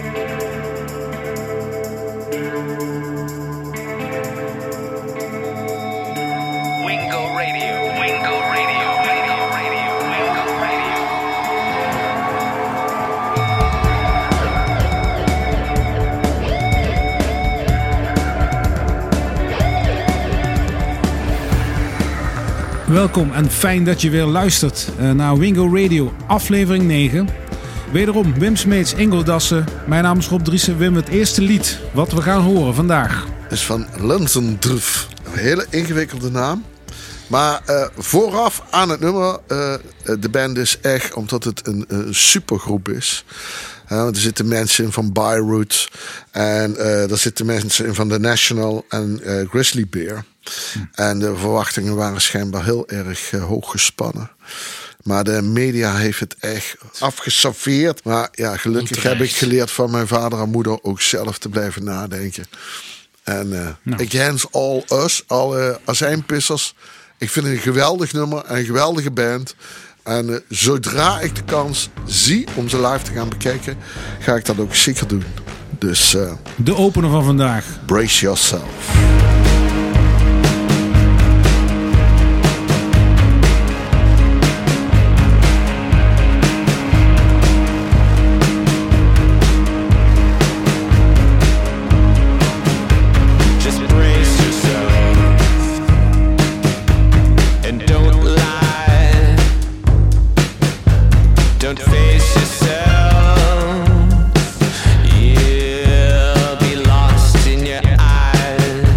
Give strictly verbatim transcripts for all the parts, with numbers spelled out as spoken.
Welkom en fijn dat je weer luistert uh, naar Wingo Radio, aflevering negen. Wederom Wim Smeets, Ingo Dassen. Mijn naam is Rob Driessen. Wim, het eerste lied wat we gaan horen vandaag is van Lenzendruf. Een hele ingewikkelde naam. Maar uh, vooraf aan het nummer, uh, de band is echt, omdat het een, een supergroep is. Uh, er zitten mensen in van Beirut. En uh, er zitten mensen in van The National en uh, Grizzly Bear. Hm. En de verwachtingen waren schijnbaar heel erg uh, hoog gespannen. Maar de media heeft het echt afgeserveerd. Maar ja, gelukkig heb ik geleerd van mijn vader en moeder ook zelf te blijven nadenken. En uh, nou. Against All Us, alle azijnpissers. Ik vind het een geweldig nummer en een geweldige band. En uh, zodra ik de kans zie om ze live te gaan bekijken, ga ik dat ook zeker doen. Dus uh, de opener van vandaag. Brace yourself. You'll be lost in your eyes.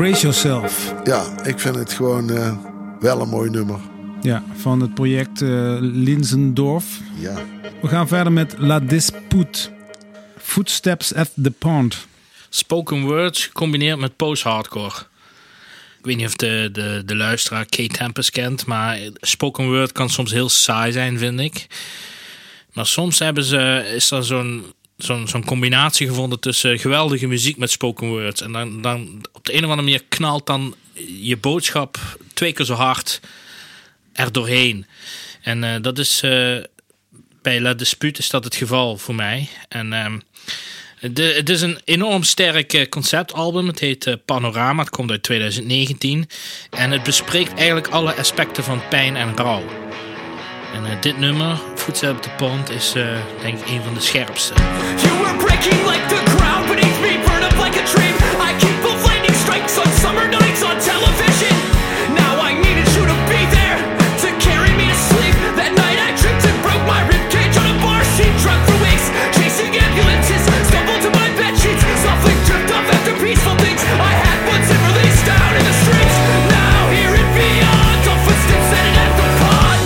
Brace Yourself. Ja, ik vind het gewoon uh, wel een mooi nummer. Ja, van het project uh, Linsendorf. Ja. We gaan verder met La Dispute. Footsteps at the Pond. Spoken words gecombineerd met post-hardcore. Ik weet niet of de, de, de luisteraar Kate Tempest kent, maar spoken word kan soms heel saai zijn, vind ik. Maar soms hebben ze, is er zo'n, zo'n, zo'n combinatie gevonden tussen geweldige muziek met spoken words. En dan, dan op de een of andere manier knalt dan je boodschap twee keer zo hard er doorheen. En uh, dat is uh, bij La Dispute is dat het geval voor mij. En uh, de, het is een enorm sterk uh, conceptalbum. Het heet uh, Panorama. Het komt uit twintig negentien. En het bespreekt eigenlijk alle aspecten van pijn en rouw. En uh, dit nummer, Footsteps at the Pond, is uh, denk ik een van de scherpste. You were breaking like the ground beneath me, burn up like a dream. I keep of lightning strikes on summer nights on television. Now I needed you to be there to carry me to sleep. That night I tripped and broke my ribcage on a bar seat, drunk for weeks, chasing ambulances, stumbled to my bed sheets, softly drift off after peaceful things I had once and released down in the streets. Now here and beyond, all footsteps headed at the pond.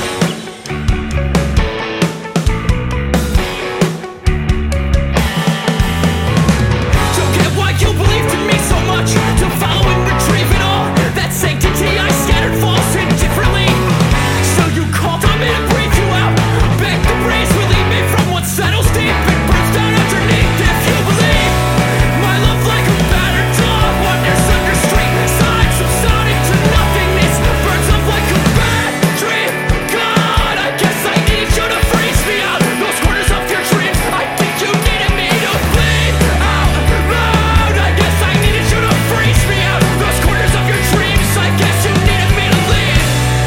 Don't get why you believed in me so much, to follow and retrieve it all. That sanctity I scattered false indifferently. So you called on me to breathe you out, beg the breeze, relieve me from what settles deep and burns down underneath. If you believe my love like a battered dog wanders under street signs, subsiding to nothingness, burns up like a bad dream. God, I guess I need you to freeze me out those corners of your dreams. I think you needed me to bleed out loud. I guess I needed you to freeze me out those corners of your dreams. I guess you needed me to leave.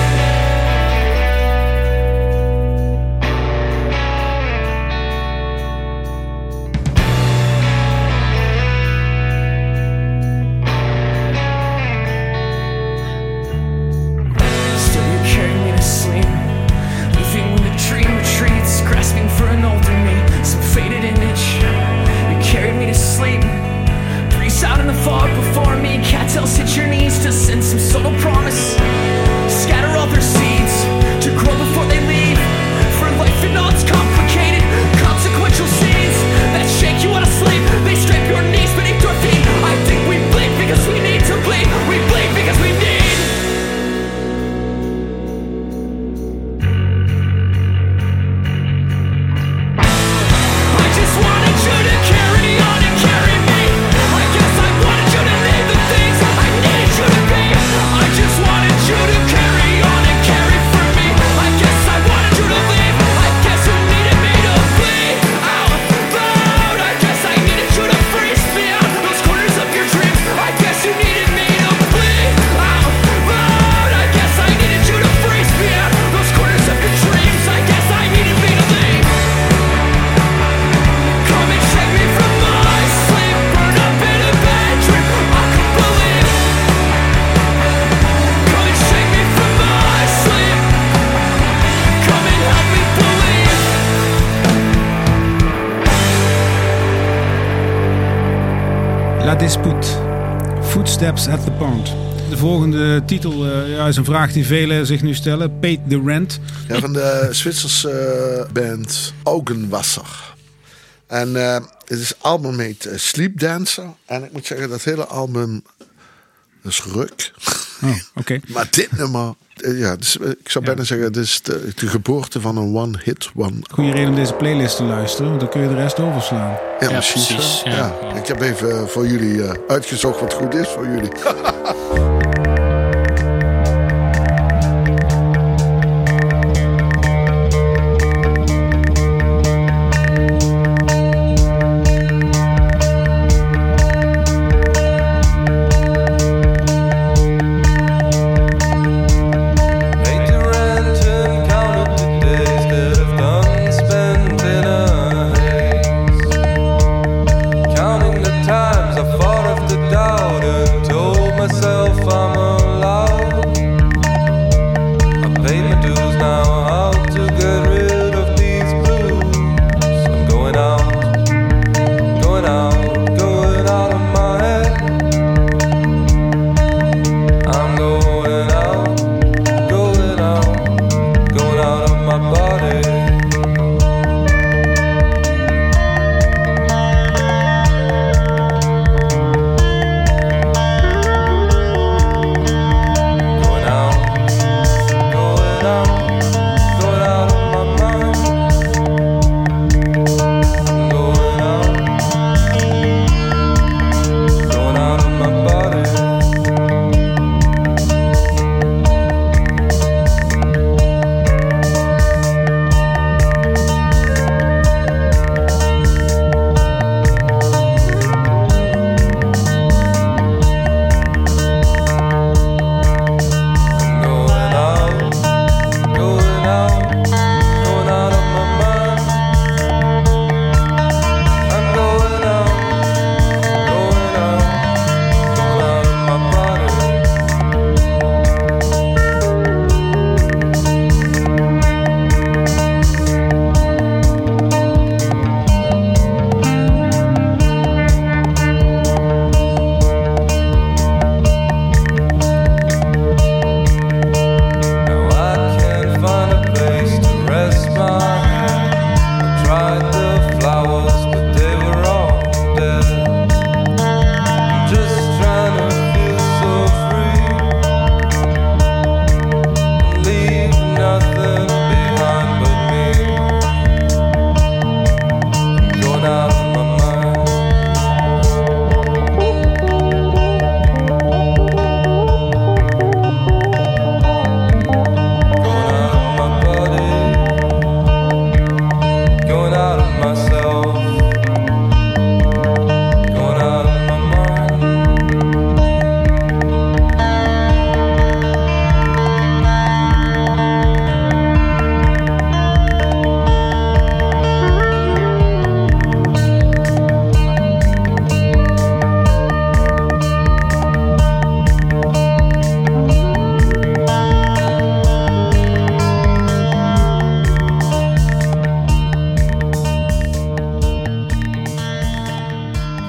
Still you carry me to sleep, leaving when the dream retreats, grasping for an older me, some faded image. You carried me to sleep, breeze out in the fog before me, cattails hit your knees to send some subtle promise, scatter all their seeds to grow before they leave, for life and all its complicated, consequential scenes that shake you out of sleep, they strip your knees beneath your feet. I think we bleed because we need to bleed, we bleed because we need. I just wanted you to carry on and carry me. I guess I wanted you to leave the things I needed you to be. I just wanted you to carry on and carry for me. I guess I wanted you to leave. I guess you needed me to bleed out loud. I guess I needed you to freeze me out those corners of your dreams. I guess you needed me to bleed out loud. I guess I needed you to freeze me out those corners of your dreams. I guess I needed me to leave. Come and shake me from my sleep, burn up in a bad dream I could believe. Come and shake me from my sleep, come and help me believe. La Dispute. Footsteps at the Pond. De volgende titel uh, ja, is een vraag die velen zich nu stellen. Paid the Rent. Ja, van de Zwitserse uh, band Augenwasser. En uh, het is album heet uh, Sleep Dancer. En ik moet zeggen, dat hele album is ruk. Oh, oké. Okay. Maar dit nummer, uh, ja, dus, uh, ik zou Ja. bijna zeggen, het is de, de geboorte van een one-hit one. Goeie reden om deze playlist te luisteren, want dan kun je de rest overslaan. Ja, Ja, precies. precies, wel. ja. Ja. Ik heb even uh, voor jullie uh, uitgezocht wat goed is voor jullie. Paid the rent and counted the days that I've done spent in a haze. Counting the times I fought off the doubt and told myself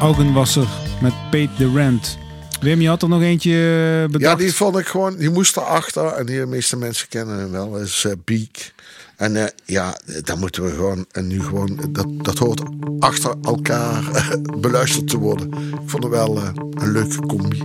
Augenwasser met Paid the Rent. Wim, je had er nog eentje uh, bedacht. Ja, die vond ik gewoon, die moest erachter. En die de meeste mensen kennen hem wel. Dat is uh, Beak. En uh, ja, daar moeten we gewoon, en nu gewoon, dat, dat hoort achter elkaar uh, beluisterd te worden. Ik vond het wel uh, een leuke combi.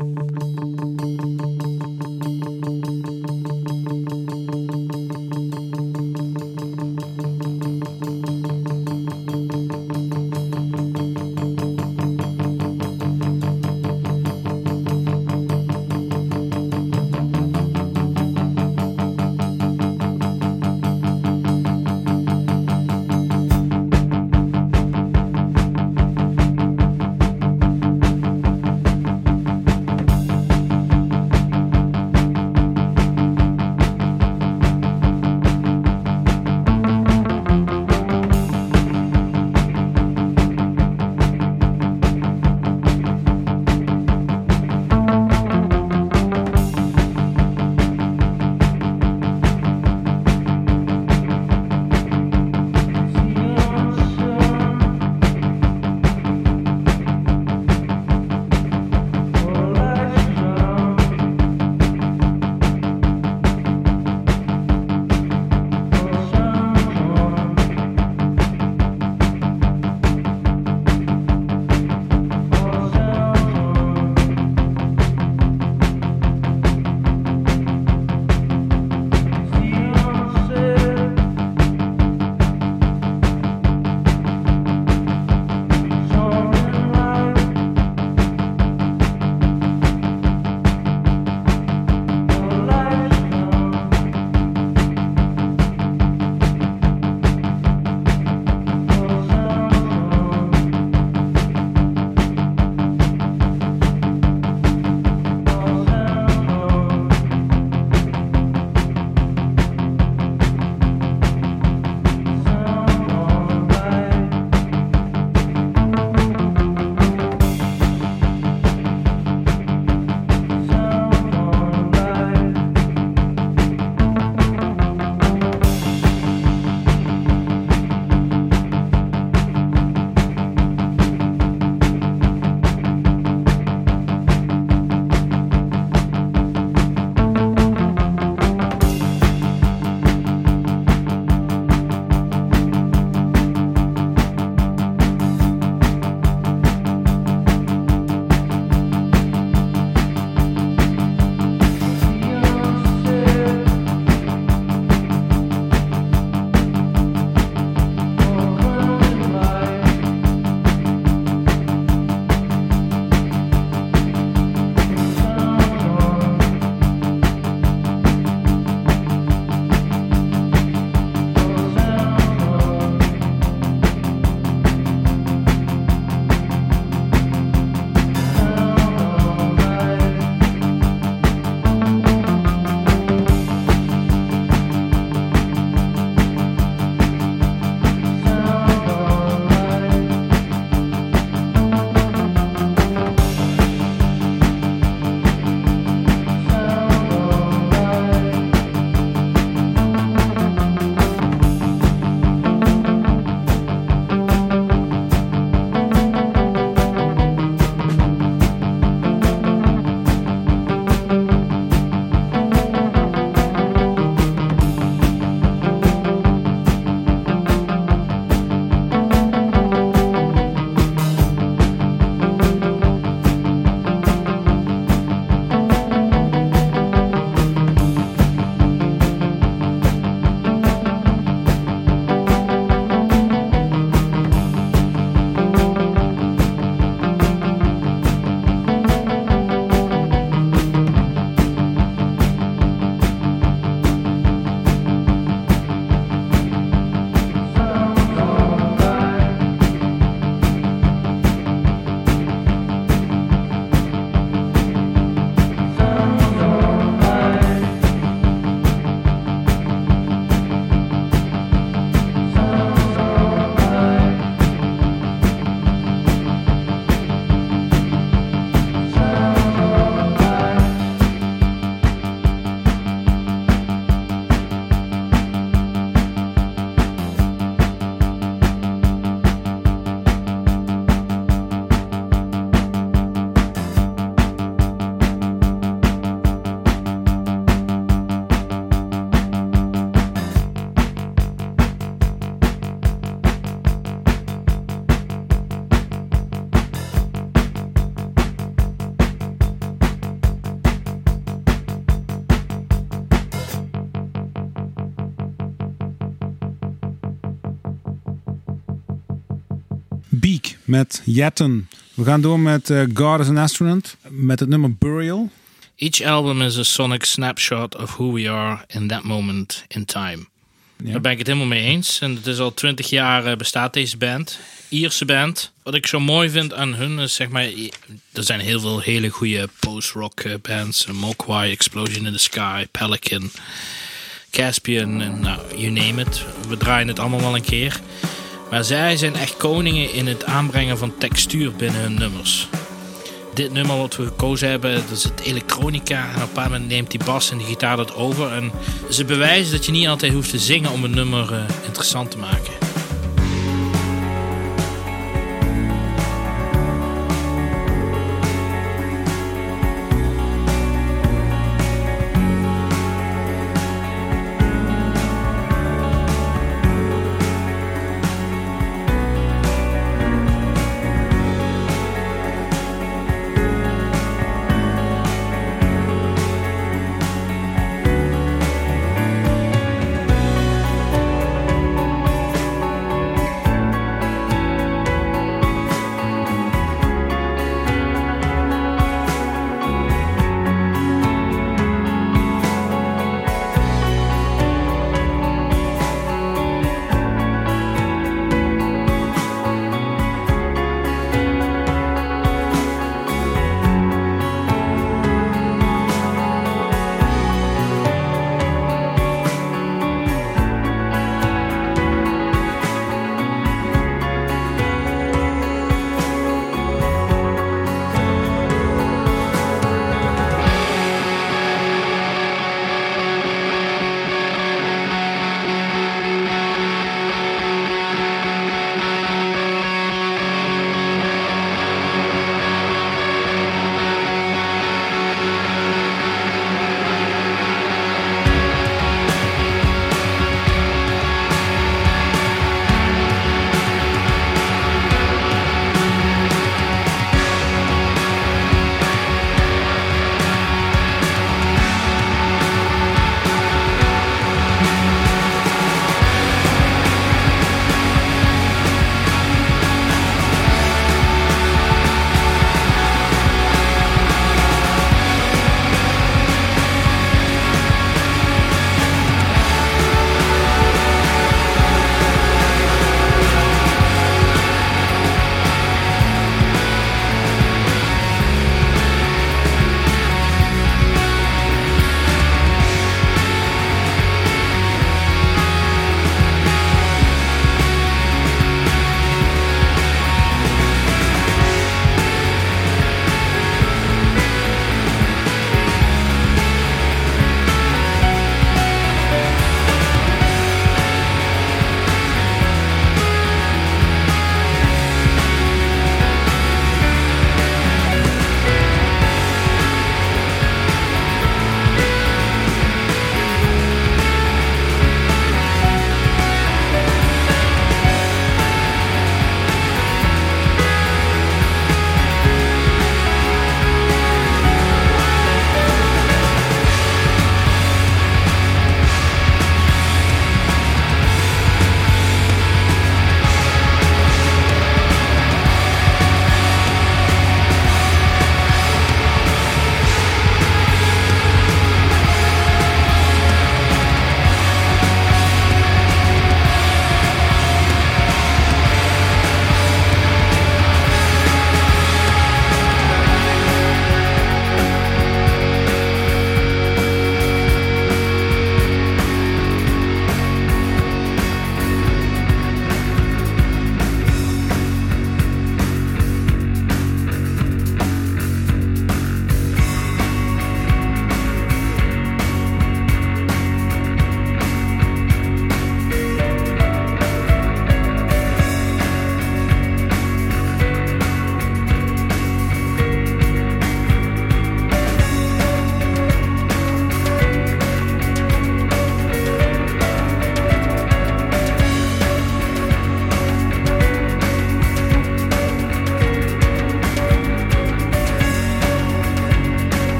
met Yetton. We gaan door met uh, God is an Astronaut. Met het nummer Burial. Each album is a sonic snapshot of who we are in that moment in time. Ja. Daar ben ik het helemaal mee eens. En het is al twintig jaar uh, bestaat deze band. Ierse band. Wat ik zo mooi vind aan hun is, zeg maar, er zijn heel veel hele goede post-rock uh, bands. Mogwai, Explosion in the Sky, Pelican, Caspian, en nou, you name it. We draaien het allemaal wel een keer. Maar zij zijn echt koningen in het aanbrengen van textuur binnen hun nummers. Dit nummer wat we gekozen hebben, dat is het elektronica. En op een bepaald moment neemt die bas en die gitaar dat over. En ze bewijzen dat je niet altijd hoeft te zingen om een nummer uh, interessant te maken.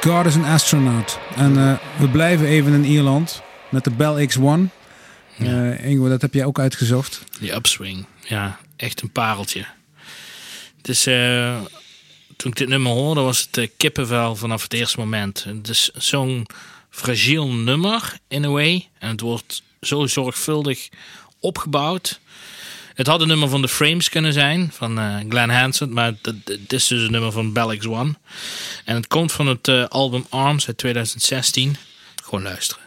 God is an Astronaut. En uh, we blijven even in Ierland met de Bell X one. Ja. Uh, Ingo, dat heb jij ook uitgezocht. Die Upswing. Ja, echt een pareltje. Het is, uh, toen ik dit nummer hoorde, was het uh, kippenvel vanaf het eerste moment. Het is zo'n fragiel nummer, in a way. En het wordt zo zorgvuldig opgebouwd. Het had een nummer van The Frames kunnen zijn, van uh, Glenn Hansard, maar het is dus een nummer van Bell X one. En het komt van het uh, album Arms uit twintig zestien. Gewoon luisteren.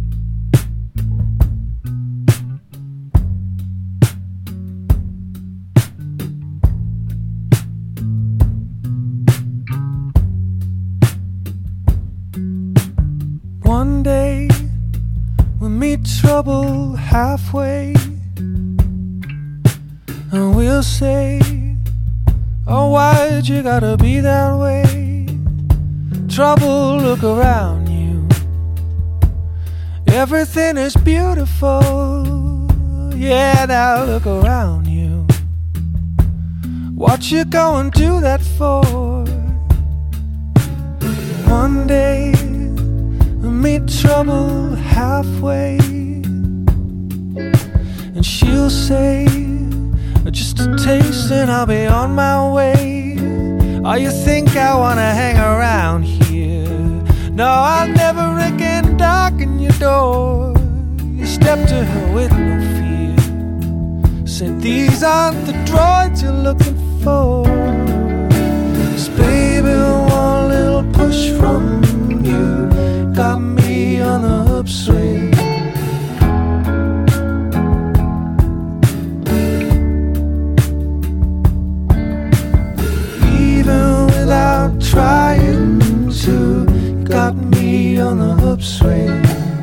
One day we'll meet trouble halfway, and we'll say, oh, why'd you gotta be that way? Trouble, look around you. Everything is beautiful. Yeah, now look around you. What you gonna do that for? One day we'll meet trouble halfway, and she'll say, just a taste and I'll be on my way. Oh, you think I wanna hang around here? No, I'll never again darken your door. You step to her with no fear. Said these aren't the droids you're looking for. 'Cause baby, one little push from you got me on the upswing. Without trying to, got me on the upswing.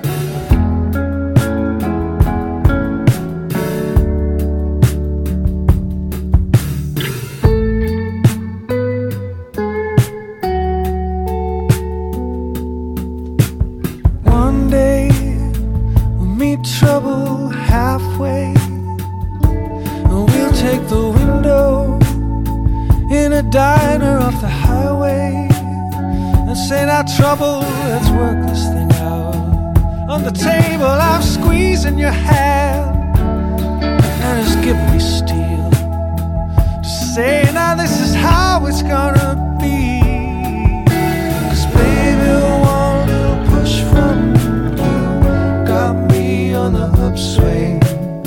One day we'll meet trouble halfway, and we'll take the window in a diner off the highway and say, now trouble, let's work this thing out. On the table I'm squeezing your hand, and it's giving me steel to say, now this is how it's gonna be. 'Cause baby, one little push from you got me on the upswing.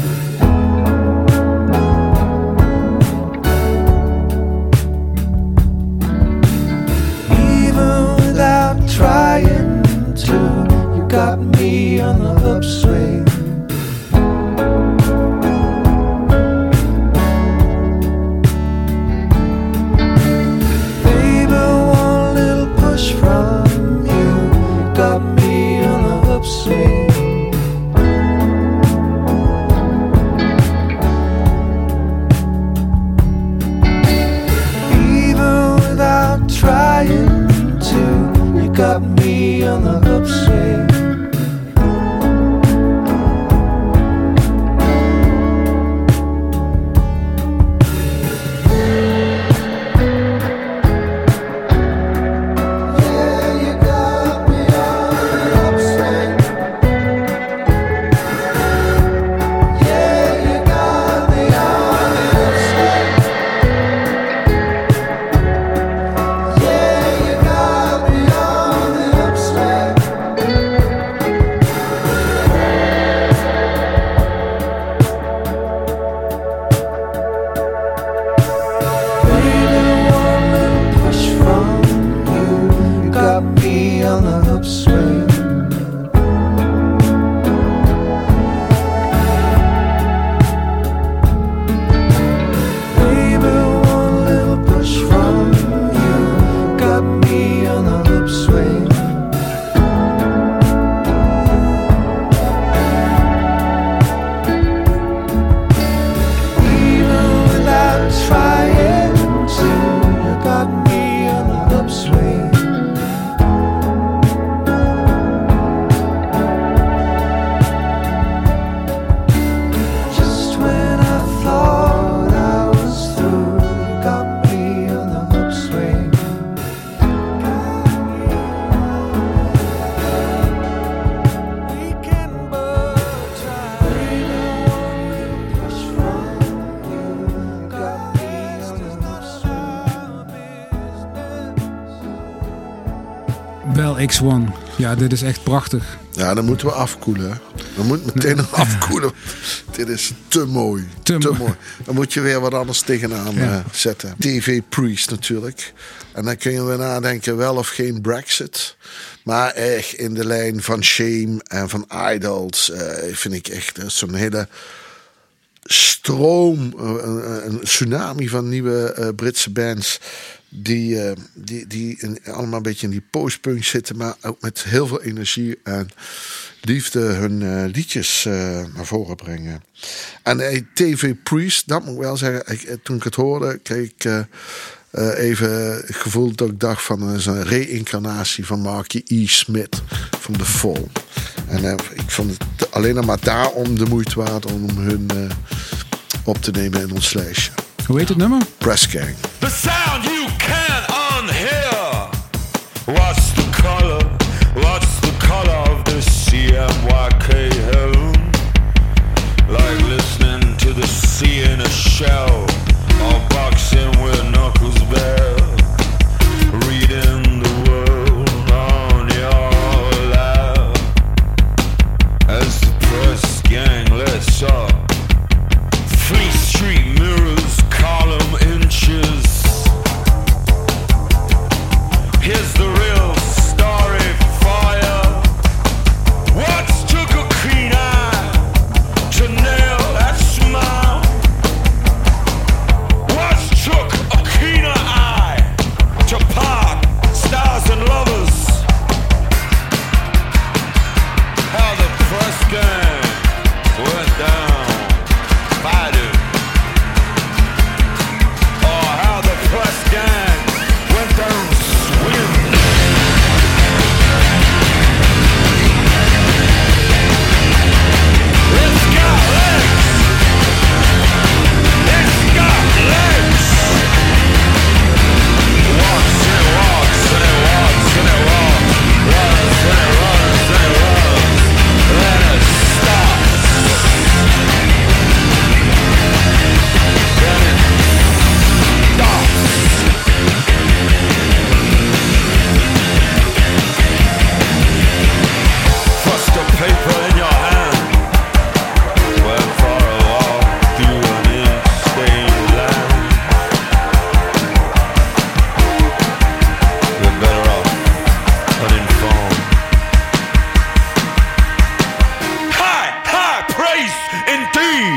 Trying to, you got me on the upswing. Baby, one little push from you got me on the upswing. X one. Ja, dit is echt prachtig. Ja, dan moeten we afkoelen. Hè. Dan moet meteen nee. afkoelen. Dit is te mooi. Te, te mooi. Dan moet je weer wat anders tegenaan ja. uh, zetten. T V Priest natuurlijk. En dan kun je weer nadenken, wel of geen Brexit. Maar echt in de lijn van Shame en van Idols uh, vind ik echt uh, zo'n hele stroom, uh, een, een tsunami van nieuwe uh, Britse bands. Die, uh, die, die in, allemaal een beetje in die postpunk zitten, maar ook met heel veel energie en liefde hun uh, liedjes uh, naar voren brengen. En uh, T V Priest, dat moet ik wel zeggen, ik, toen ik het hoorde, kreeg ik uh, uh, even het gevoel dat ik dacht van uh, een reïncarnatie van Marky E. Smith van The Fall. En uh, ik vond het alleen nog maar daarom de moeite waard om hun uh, op te nemen in ons lijstje. Hoe heet het nummer? Press Gang. The sound you can't unhear. What's the color? What's the color of the C M Y K home? Like listening to the sea in a shell, or boxing with knuckles bare. Reading the world on your lap as the press gang lets up. Fleet Street mirrors, column inches. Here's the real story for you. What's took a keen eye to nail that smile? What's took a keener eye to part stars and lovers? How the press gang went down fighting. Or how the press gang went down swinging. It's got legs. It's got legs. Walks and it walks and it walks and it walks. Runs and it runs and it runs. Then it stops. Then it stops. Thrust of paper in your hand. Went for a walk through an in-state land. You're better off uninformed. High, high praise indeed.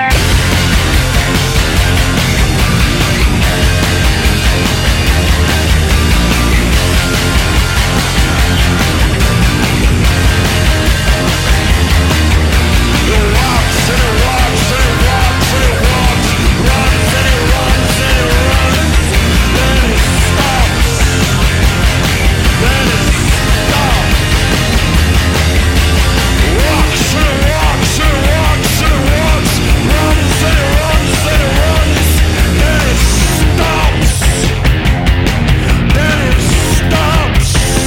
It walks and it walks and it walks and it walks, runs and it runs and it runs, then it stops, then it stops. Walks and it walks and it walks and it walks, runs and it runs and it runs, then it stops, then it stops.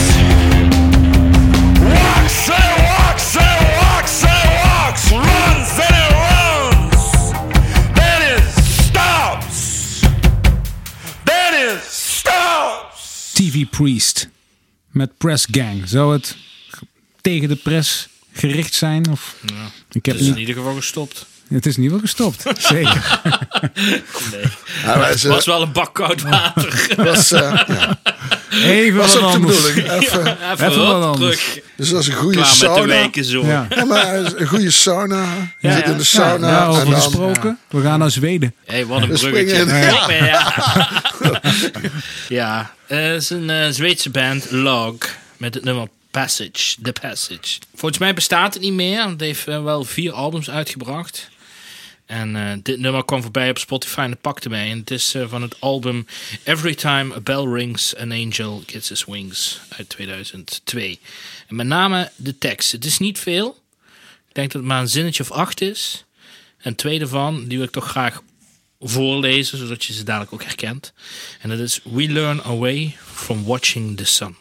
Walks and it walks and it walks and it walks, runs and it runs, then it stops, then it stops. T V Priest met Press Gang. Zou het tegen de press gericht zijn? Of? Ja, Ik heb het is in niet... ieder geval gestopt. Het is niet wel gestopt. Zeker. Nee. Ja, maar Het ze- was wel een bak koud water. was, uh, ja. Even was wat ook de anders. bedoeling. Even, Ja, Even even wat wat anders. terug. dus dat is een goede Klaar met de sauna. weken zo. Ja. Ja, maar een goede sauna. Je Ja, zit ja. in de sauna. Ja, en daarover dan, gesproken. We gaan naar Zweden. Hey, wat een We bruggetje. springen in. Ja, ja. Eh, het is een eh, Zweedse band, Log, met het nummer Passage, The Passage. Volgens mij bestaat het niet meer. Het heeft eh, wel vier albums uitgebracht. En eh, dit nummer kwam voorbij op Spotify en het pakte mij. En het is eh, van het album Every Time a Bell Rings, An Angel Gets His Wings uit tweeduizend twee. En met name de tekst. Het is niet veel. Ik denk dat het maar een zinnetje of acht is. En twee daarvan, die wil ik toch graag voorlezen, zodat je ze dadelijk ook herkent. En dat is: We learn our way from watching the sun.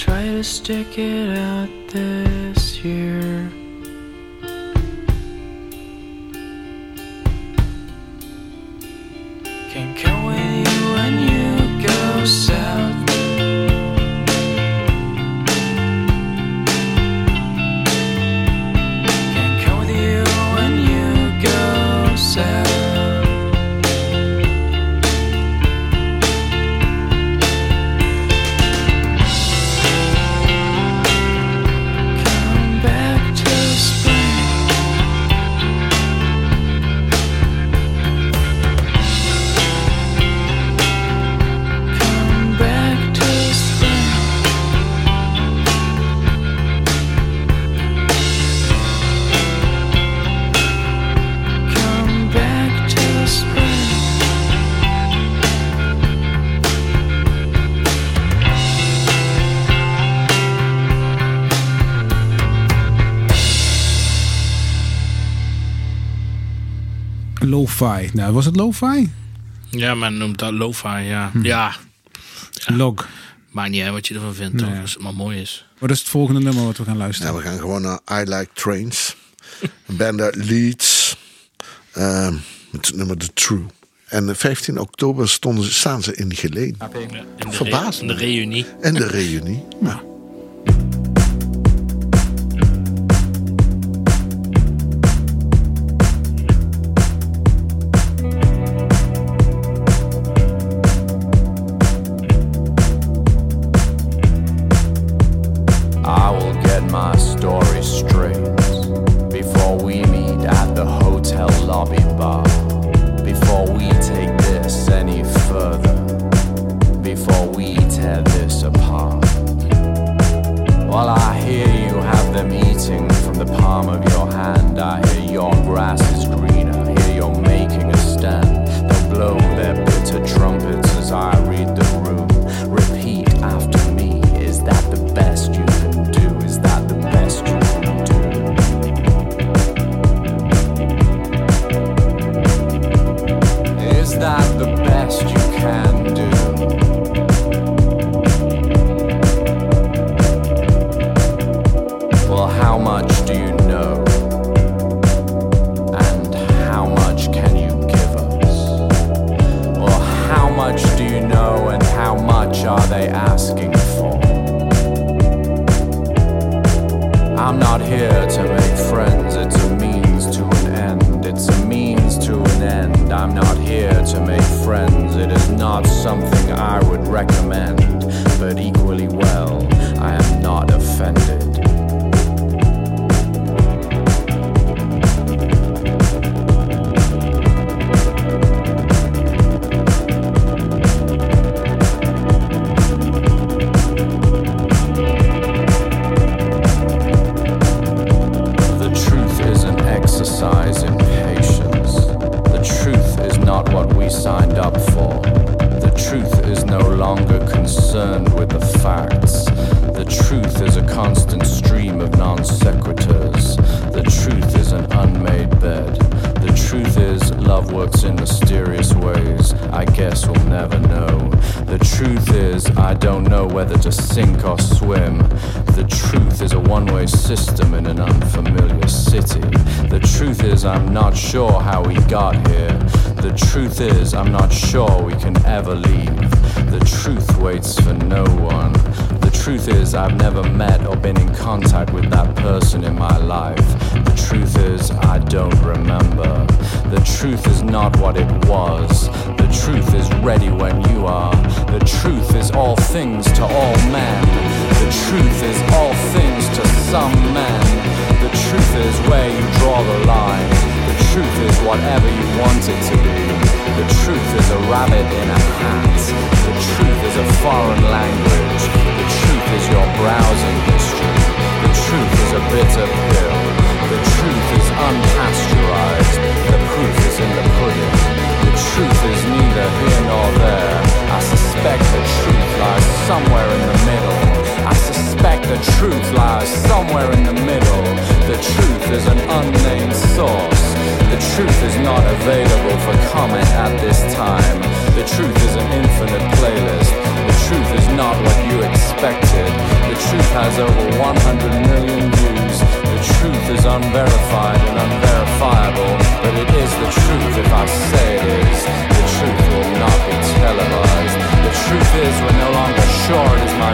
try to stick it out this year. Can't count with you when you go south. Can't count with you when you go south. Lo-fi. Nou, was het lo-fi? Ja, men noemt dat lo-fi, ja. Hm. Ja. ja. Log. Maakt niet uit wat je ervan vindt, nee. toch, als het maar mooi is. Wat is het volgende nummer wat we gaan luisteren? Ja, we gaan gewoon naar I Like Trains. Een band uit Leeds. Uh, met het nummer The True. En vijftien oktober stonden ze, staan ze in Geleen. Ja, in de Verbaasd. Re- de reunie. En de reunie. Ja. I'm not sure we can ever leave. The truth waits for no one. The truth is I've never met or been in contact with that person in my life. The truth is I don't remember. The truth is not what it was. The truth is ready when you are. The truth is all things to all men. The truth is all things to some men. The truth is where you draw the line. The truth is whatever you want it to be. The truth is a rabbit in a hat. The truth is a foreign language. The truth is your browsing history. The truth is a bitter pill. The truth is unpasteurized. The proof is in the pudding. The truth is neither here nor there. I suspect the truth lies somewhere in the middle. I suspect the truth lies somewhere in the middle. The truth is an unnamed source. The truth is not available for comment at this time. The truth is an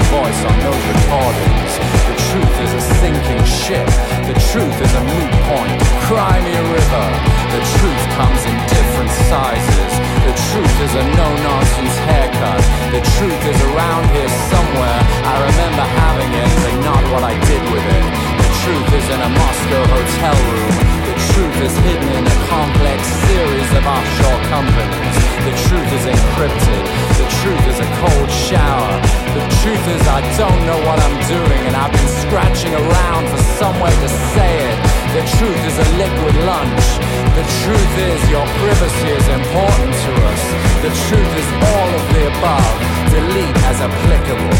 voice on those recordings. The truth is a sinking ship. The truth is a moot point. Cry me a river. The truth comes in different sizes. The truth is a no-nonsense haircut. The truth is around here somewhere. I remember having it, but not what I did with it. The truth is in a Moscow hotel room. The truth is hidden in a complex series of offshore companies. The truth is encrypted. The truth is a cold shower. The truth is I don't know what I'm doing, and I've been scratching around for some way to say it. The truth is a liquid lunch. The truth is your privacy is important to us. The truth is all of the above. Delete as applicable.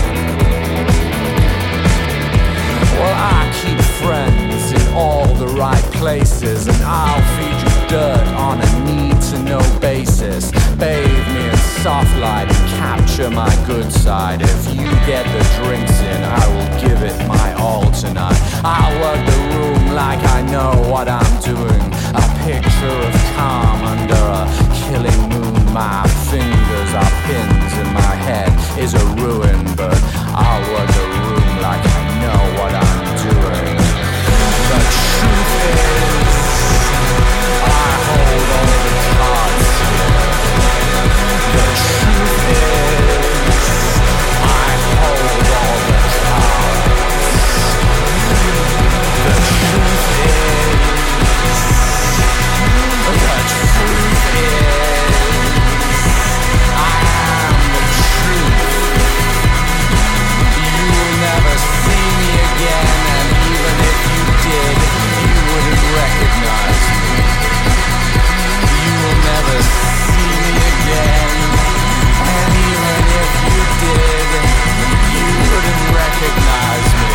Well, I keep friends in all the right places, and I'll feed you dirt on a need-to-know basis. Bathe me in soft light and capture my good side. If you get the drinks in, I will give it my all tonight. I'll work the room like I know what I'm doing. A picture of calm under a killing moon. My fingers are pins and my head is a ruin, but I'll work the room like I know what I'm doing. The truth is, I hold all the cards here. The truth is, I hold all the cards. The truth is, the truth is, I am the truth. You will never see me again, and even if you did, you wouldn't recognize me. You will never see me again, and even if you did, you wouldn't recognize me.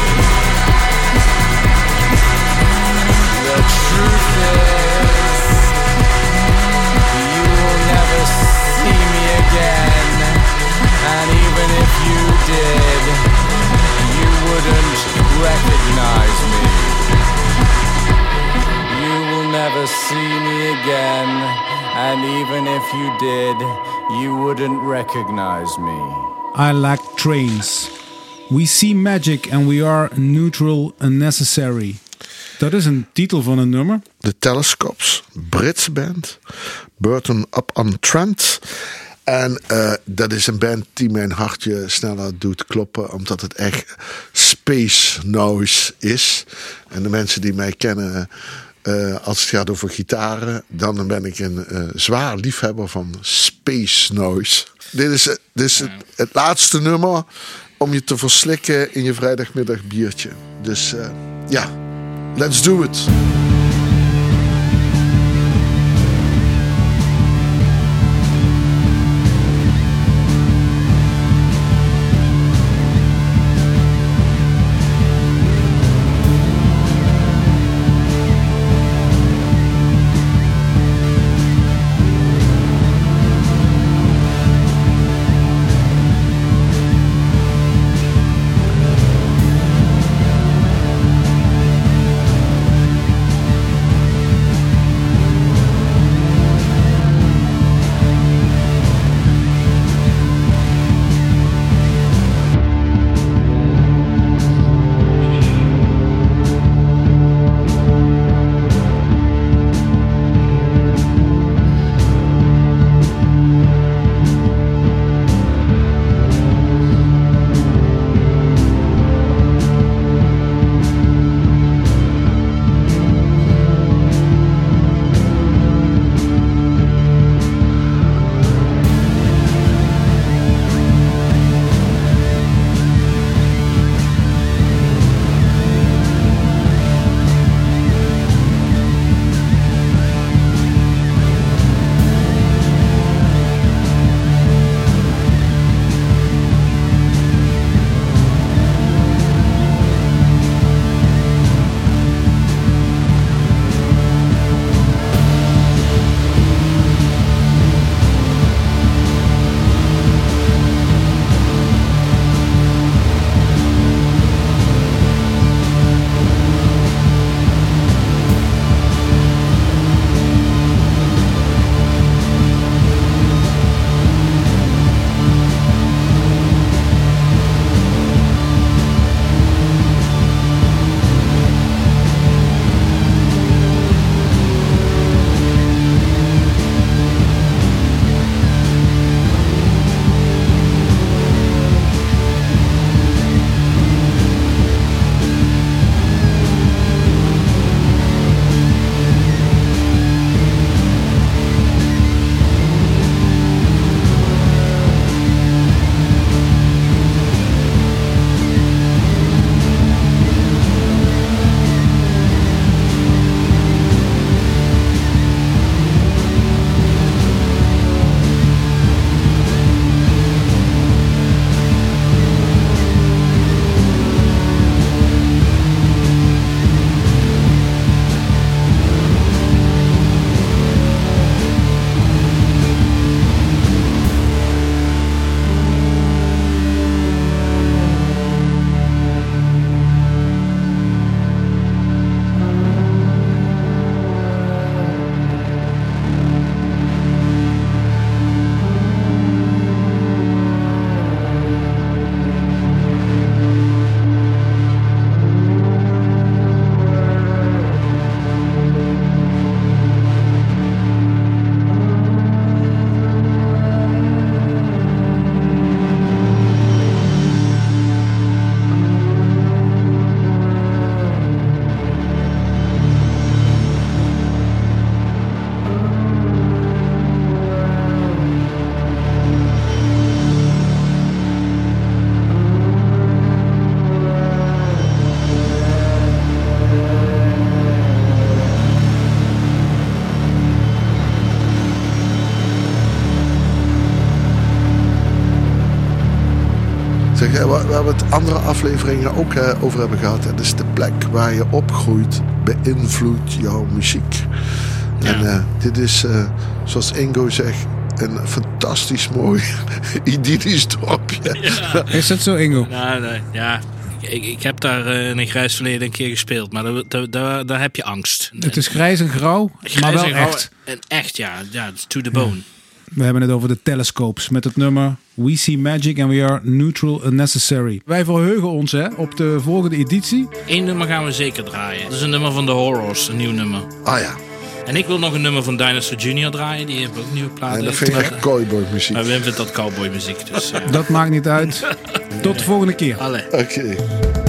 The truth is, you will never see me again, and even if you did, you wouldn't recognize me. You will never see me again, and even if you did, you wouldn't recognize me. I Like Trains. We see magic and we are neutral and necessary. Dat is een titel van een nummer. The Telescopes, Britse band. Burton upon Trent. En uh, dat is een band die mijn hartje sneller doet kloppen, omdat het echt space noise is. En de mensen die mij kennen, uh, als het gaat over gitaren, dan ben ik een uh, zwaar liefhebber van space noise. Dit is, dit is het, het laatste nummer om je te verslikken in je vrijdagmiddag biertje. Dus uh, ja, let's do it. Zeg, hè, waar, waar we het andere afleveringen ook uh, over hebben gehad. Dat is de plek waar je opgroeit, beïnvloedt jouw muziek. Ja. En uh, dit is, uh, zoals Ingo zegt, een fantastisch mooi idyllisch dorpje. Ja. Is dat zo, Ingo? Nou, nee, ja. Ik, ik heb daar uh, in een grijs verleden een keer gespeeld, maar daar, daar, daar, daar heb je angst. Het is grijs en grauw, Grijs maar wel en grauw echt. En echt, ja. Ja, to the bone. We hebben het over de Telescopes met het nummer We See Magic and We Are Neutral and Necessary. Wij verheugen ons hè, op de volgende editie. Eén nummer gaan we zeker draaien. Dat is een nummer van The Horrors, een nieuw nummer. Ah ja. En ik wil nog een nummer van Dinosaur Junior draaien. Die heeft ook nieuwe platen. En dat vind ik echt cowboy muziek. Maar Wim vindt dat cowboy muziek. Dus, uh... Dat maakt niet uit. Tot de volgende keer. Allee. Oké. Okay.